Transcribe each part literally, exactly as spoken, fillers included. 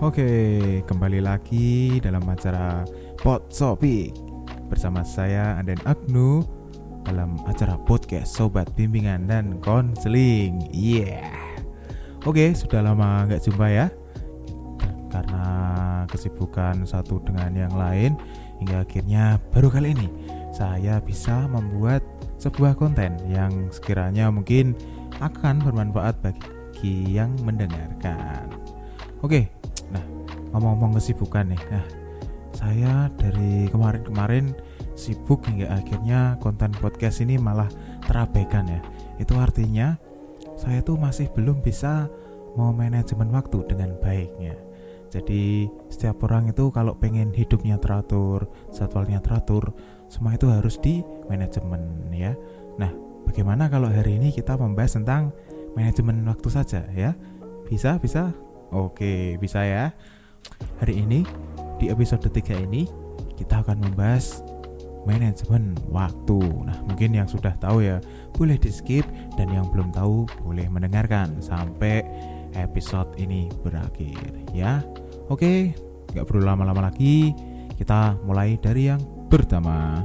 Oke, kembali lagi dalam acara Podsopik bersama saya Anden Agnu dalam acara podcast Sobat Bimbingan dan Konseling. Yeah. Oke, sudah lama nggak jumpa ya. Karena kesibukan satu dengan yang lain, hingga akhirnya baru kali ini saya bisa membuat sebuah konten yang sekiranya mungkin akan bermanfaat bagi yang mendengarkan. Oke, nah ngomong-ngomong kesibukan nih, nah saya dari kemarin-kemarin sibuk hingga akhirnya konten podcast ini malah terabaikan ya. Itu artinya saya tuh masih belum bisa memanajemen waktu dengan baiknya. Jadi setiap orang itu kalau pengen hidupnya teratur, jadwalnya teratur, semua itu harus di manajemen ya. Nah, bagaimana kalau hari ini kita membahas tentang manajemen waktu saja ya? Bisa, bisa? Oke, bisa ya. Hari ini di episode tiga ini kita akan membahas manajemen waktu. Nah, mungkin yang sudah tahu ya boleh di skip, dan yang belum tahu boleh mendengarkan sampai episode ini berakhir ya. Oke, gak perlu lama-lama lagi, kita mulai dari yang pertama,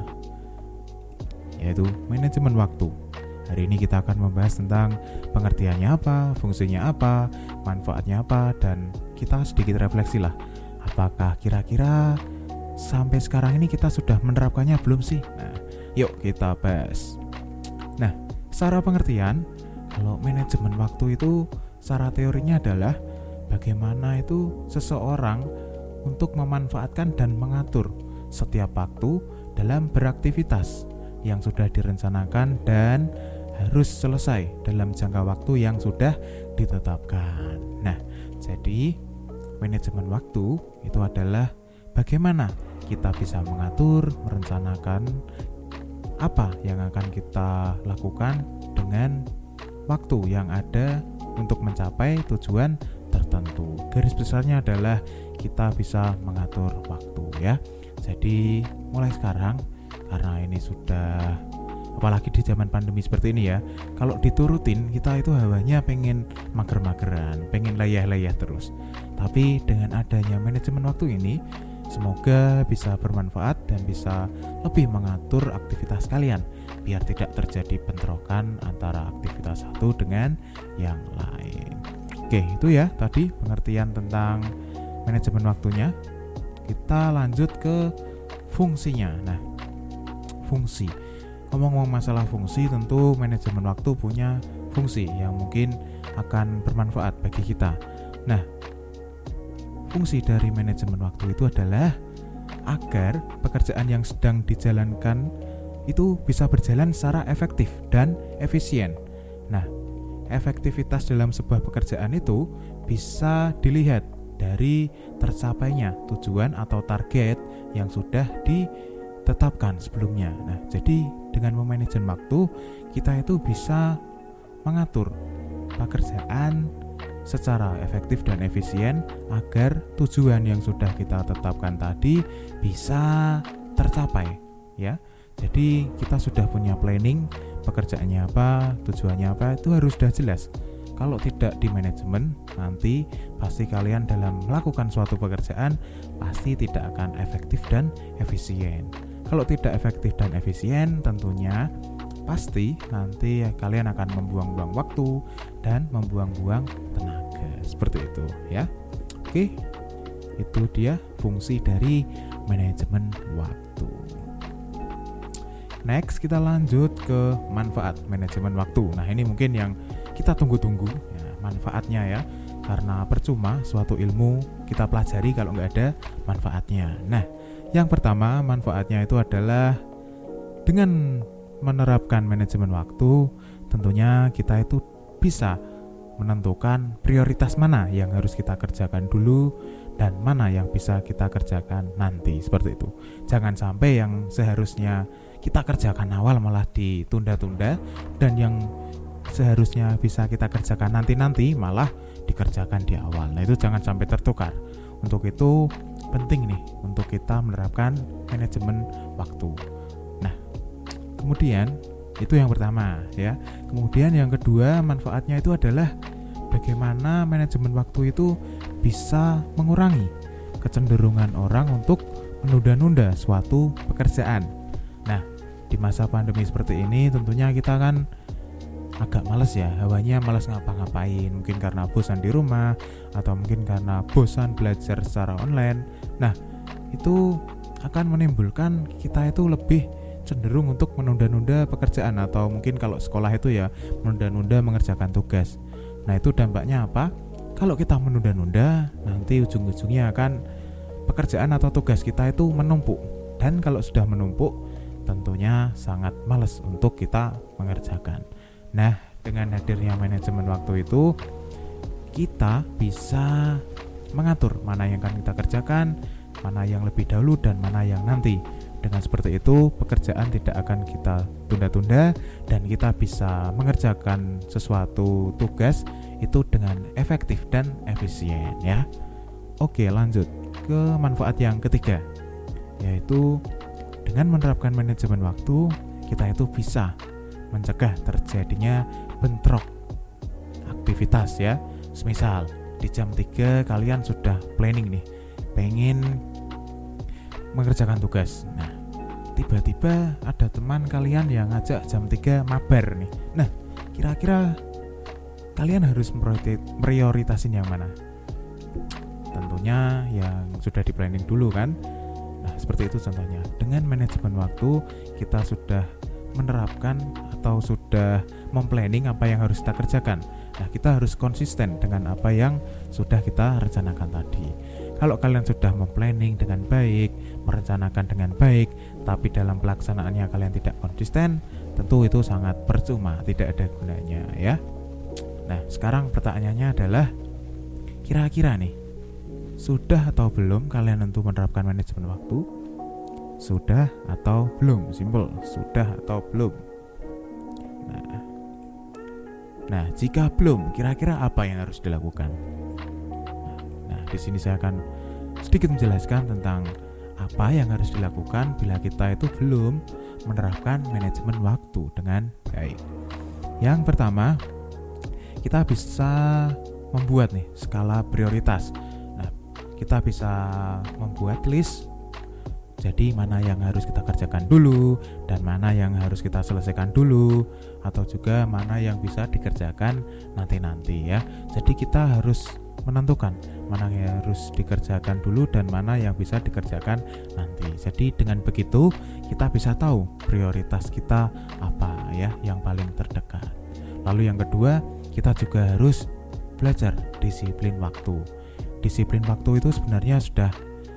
yaitu manajemen waktu. Hari ini kita akan membahas tentang pengertiannya apa, fungsinya apa, manfaatnya apa, dan kita sedikit refleksi lah. Apakah kira-kira sampai sekarang ini kita sudah menerapkannya belum sih? Nah, yuk kita bahas. Nah, secara pengertian, kalau manajemen waktu itu secara teorinya adalah bagaimana itu seseorang untuk memanfaatkan dan mengatur setiap waktu dalam beraktivitas yang sudah direncanakan dan harus selesai dalam jangka waktu yang sudah ditetapkan. Nah, jadi manajemen waktu itu adalah bagaimana kita bisa mengatur, merencanakan apa yang akan kita lakukan dengan waktu yang ada untuk mencapai tujuan tertentu. Garis besarnya adalah kita bisa mengatur waktu ya. Jadi mulai sekarang, karena ini sudah, apalagi di zaman pandemi seperti ini ya, kalau diturutin kita itu hawanya pengen mager-mageran, pengen layah-layah terus. Tapi dengan adanya manajemen waktu ini, semoga bisa bermanfaat dan bisa lebih mengatur aktivitas kalian biar tidak terjadi bentrokan antara aktivitas satu dengan yang lain. Oke, itu ya tadi pengertian tentang manajemen waktunya. Kita lanjut ke fungsinya. Nah, fungsi. Ngomong-ngomong masalah fungsi, tentu manajemen waktu punya fungsi yang mungkin akan bermanfaat bagi kita. Nah, fungsi dari manajemen waktu itu adalah agar pekerjaan yang sedang dijalankan itu bisa berjalan secara efektif dan efisien. Nah, efektivitas dalam sebuah pekerjaan itu bisa dilihat dari tercapainya tujuan atau target yang sudah ditetapkan sebelumnya. Nah, jadi dengan memanajemen waktu, kita itu bisa mengatur pekerjaan secara efektif dan efisien agar tujuan yang sudah kita tetapkan tadi bisa tercapai ya. Jadi kita sudah punya planning, pekerjaannya apa, tujuannya apa, itu harus sudah jelas. Kalau tidak di manajemen, nanti pasti kalian dalam melakukan suatu pekerjaan pasti tidak akan efektif dan efisien. Kalau tidak efektif dan efisien, tentunya pasti nanti kalian akan membuang-buang waktu dan membuang-buang tenaga. Seperti itu ya. Oke, itu dia fungsi dari manajemen waktu. Next, kita lanjut ke manfaat manajemen waktu. Nah, ini mungkin yang kita tunggu-tunggu ya, manfaatnya ya. Karena percuma suatu ilmu kita pelajari kalau nggak ada manfaatnya. Nah, yang pertama manfaatnya itu adalah dengan menerapkan manajemen waktu, tentunya kita itu bisa menentukan prioritas mana yang harus kita kerjakan dulu dan mana yang bisa kita kerjakan nanti, seperti itu. Jangan sampai yang seharusnya kita kerjakan awal malah ditunda-tunda, dan yang seharusnya bisa kita kerjakan nanti-nanti malah dikerjakan di awal. Nah, itu jangan sampai tertukar. Untuk itu penting nih untuk kita menerapkan manajemen waktu. Nah, kemudian itu yang pertama ya. Kemudian yang kedua manfaatnya itu adalah bagaimana manajemen waktu itu bisa mengurangi kecenderungan orang untuk menunda-nunda suatu pekerjaan. Nah, di masa pandemi seperti ini tentunya kita kan agak males ya, hawanya males ngapa-ngapain, mungkin karena bosan di rumah atau mungkin karena bosan belajar secara online. Nah, itu akan menimbulkan kita itu lebih cenderung untuk menunda-nunda pekerjaan, atau mungkin kalau sekolah itu ya menunda-nunda mengerjakan tugas. Nah, itu dampaknya apa? Kalau kita menunda-nunda, nanti ujung-ujungnya akan pekerjaan atau tugas kita itu menumpuk. Dan kalau sudah menumpuk, tentunya sangat malas untuk kita mengerjakan. Nah, dengan hadirnya manajemen waktu itu, kita bisa mengatur mana yang akan kita kerjakan, mana yang lebih dahulu dan mana yang nanti. Dengan seperti itu, pekerjaan tidak akan kita tunda-tunda dan kita bisa mengerjakan sesuatu tugas itu dengan efektif dan efisien ya. Oke, lanjut ke manfaat yang ketiga, yaitu dengan menerapkan manajemen waktu, kita itu bisa mencegah terjadinya bentrok aktivitas ya. Semisal di jam tiga kalian sudah planning nih, pengen mengerjakan tugas. Nah, tiba-tiba ada teman kalian yang ngajak jam tiga mabar nih. Nah, kira-kira kalian harus prioritasin yang mana? Tentunya yang sudah di planning dulu kan. Nah, seperti itu contohnya. Dengan manajemen waktu, kita sudah menerapkan atau sudah memplanning apa yang harus kita kerjakan. Nah, kita harus konsisten dengan apa yang sudah kita rencanakan tadi. Kalau kalian sudah memplanning dengan baik, merencanakan dengan baik, tapi dalam pelaksanaannya kalian tidak konsisten, tentu itu sangat percuma, tidak ada gunanya ya. Nah, sekarang pertanyaannya adalah, kira-kira nih, sudah atau belum kalian tentu menerapkan manajemen waktu? Sudah atau belum? Simple, sudah atau belum? Nah, nah jika belum, kira-kira apa yang harus dilakukan? Nah, di sini saya akan sedikit menjelaskan tentang apa yang harus dilakukan bila kita itu belum menerapkan manajemen waktu dengan baik. Yang pertama, kita bisa membuat nih skala prioritas. Nah, kita bisa membuat list. Jadi mana yang harus kita kerjakan dulu dan mana yang harus kita selesaikan dulu, atau juga mana yang bisa dikerjakan nanti-nanti ya. Jadi kita harus menentukan mana yang harus dikerjakan dulu dan mana yang bisa dikerjakan nanti. Jadi dengan begitu kita bisa tahu prioritas kita apa ya yang paling terdekat. Lalu yang kedua, kita juga harus belajar disiplin waktu. Disiplin waktu itu sebenarnya sudah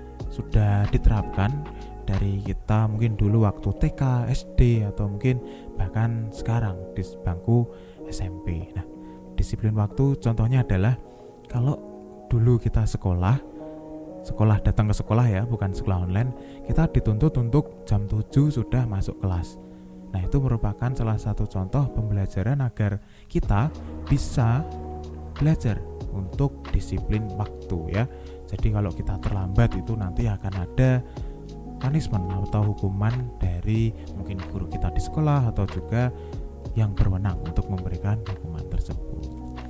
sudah diterapkan dari kita mungkin dulu waktu T K, S D, atau mungkin bahkan sekarang di bangku S M P. Nah, disiplin waktu contohnya adalah kalau dulu kita sekolah, sekolah datang ke sekolah ya, bukan sekolah online, kita dituntut untuk jam tujuh sudah masuk kelas. Nah, itu merupakan salah satu contoh pembelajaran agar kita bisa belajar untuk disiplin waktu ya. Jadi kalau kita terlambat itu nanti akan ada punishment atau hukuman dari mungkin guru kita di sekolah atau juga yang berwenang untuk memberikan hukuman tersebut.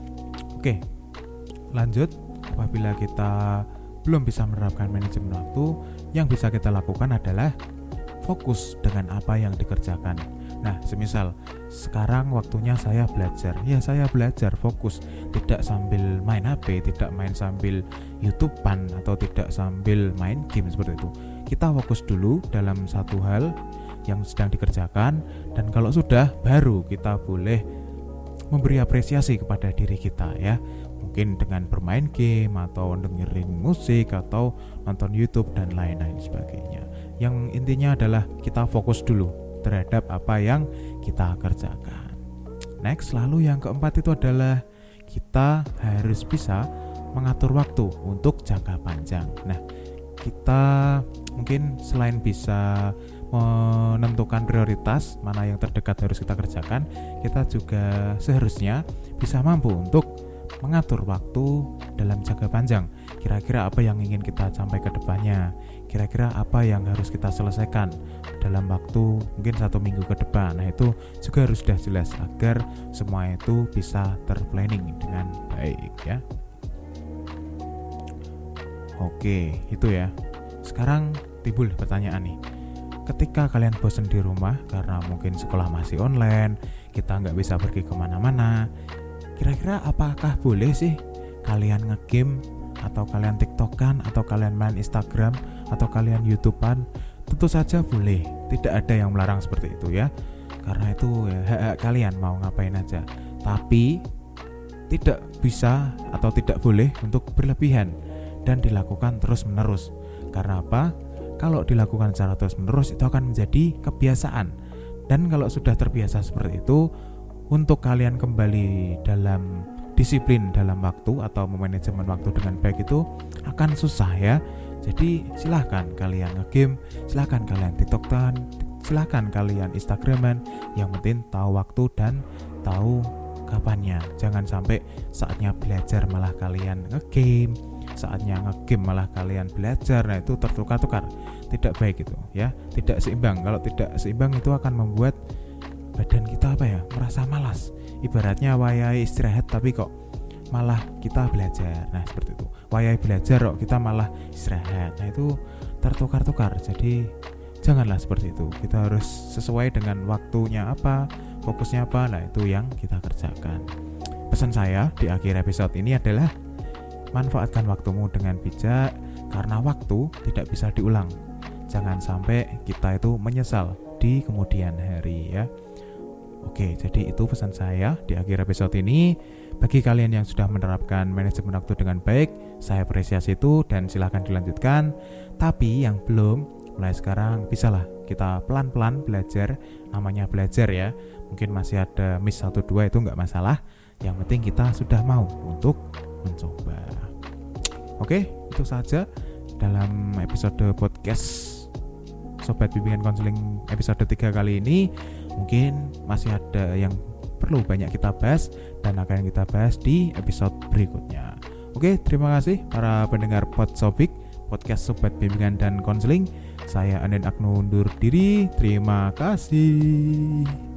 Oke, lanjut. Apabila kita belum bisa menerapkan manajemen waktu, yang bisa kita lakukan adalah fokus dengan apa yang dikerjakan. Nah, semisal sekarang waktunya saya belajar, ya saya belajar fokus, tidak sambil main H P, tidak main sambil YouTubean atau tidak sambil main game seperti itu. Kita fokus dulu dalam satu hal yang sedang dikerjakan, dan kalau sudah baru kita boleh memberi apresiasi kepada diri kita ya. Mungkin dengan bermain game atau dengerin musik atau nonton YouTube dan lain-lain sebagainya. Yang intinya adalah kita fokus dulu terhadap apa yang kita kerjakan. Next, lalu yang keempat itu adalah kita harus bisa mengatur waktu untuk jangka panjang. Nah, kita mungkin selain bisa menentukan prioritas mana yang terdekat harus kita kerjakan, kita juga seharusnya bisa mampu untuk mengatur waktu dalam jangka panjang. Kira-kira apa yang ingin kita capai ke depannya? Kira-kira apa yang harus kita selesaikan dalam waktu mungkin satu minggu ke depan? Nah, itu juga harus sudah jelas agar semua itu bisa terplanning dengan baik ya. Oke, itu ya. Sekarang timbul pertanyaan nih. Ketika kalian bosan di rumah karena mungkin sekolah masih online, kita nggak bisa pergi kemana-mana, kira-kira apakah boleh sih kalian nge-game, atau kalian tiktokan, atau kalian main Instagram, atau kalian YouTubean? Tentu saja boleh, tidak ada yang melarang seperti itu ya. Karena itu ya, hak-hak kalian mau ngapain aja. Tapi tidak bisa atau tidak boleh untuk berlebihan dan dilakukan terus-menerus. Karena apa? Kalau dilakukan secara terus-menerus itu akan menjadi kebiasaan. Dan kalau sudah terbiasa seperti itu, untuk kalian kembali dalam disiplin dalam waktu atau memanajemen waktu dengan baik itu akan susah ya. Jadi silahkan kalian nge-game, silahkan kalian tiktokan, silahkan kalian instagraman. Yang penting tahu waktu dan tahu kapannya. Jangan sampai saatnya belajar malah kalian nge-game, saatnya nge-game malah kalian belajar. Nah itu tertukar-tukar, tidak baik itu ya, tidak seimbang. Kalau tidak seimbang itu akan membuat badan kita apa ya, merasa malas. Ibaratnya wayai istirahat tapi kok malah kita belajar. Nah seperti itu, wayai belajar kok kita malah istirahat. Nah itu tertukar-tukar. Jadi janganlah seperti itu. Kita harus sesuai dengan waktunya apa, fokusnya apa. Nah itu yang kita kerjakan. Pesan saya di akhir episode ini adalah manfaatkan waktumu dengan bijak, karena waktu tidak bisa diulang. Jangan sampai kita itu menyesal di kemudian hari ya. Oke, jadi itu pesan saya di akhir episode ini. Bagi kalian yang sudah menerapkan manajemen waktu dengan baik, saya apresiasi itu dan silahkan dilanjutkan. Tapi yang belum, mulai sekarang bisalah kita pelan-pelan belajar. Namanya belajar ya, mungkin masih ada miss satu dua itu gak masalah. Yang penting kita sudah mau untuk mencoba. Oke, itu saja dalam episode podcast Sobat Bimbingan Konseling episode tiga kali ini. Mungkin masih ada yang perlu banyak kita bahas dan akan kita bahas di episode berikutnya. Oke, terima kasih para pendengar Podsobik, podcast Sobat Bimbingan dan Konseling. Saya Anden Agnu undur diri. Terima kasih.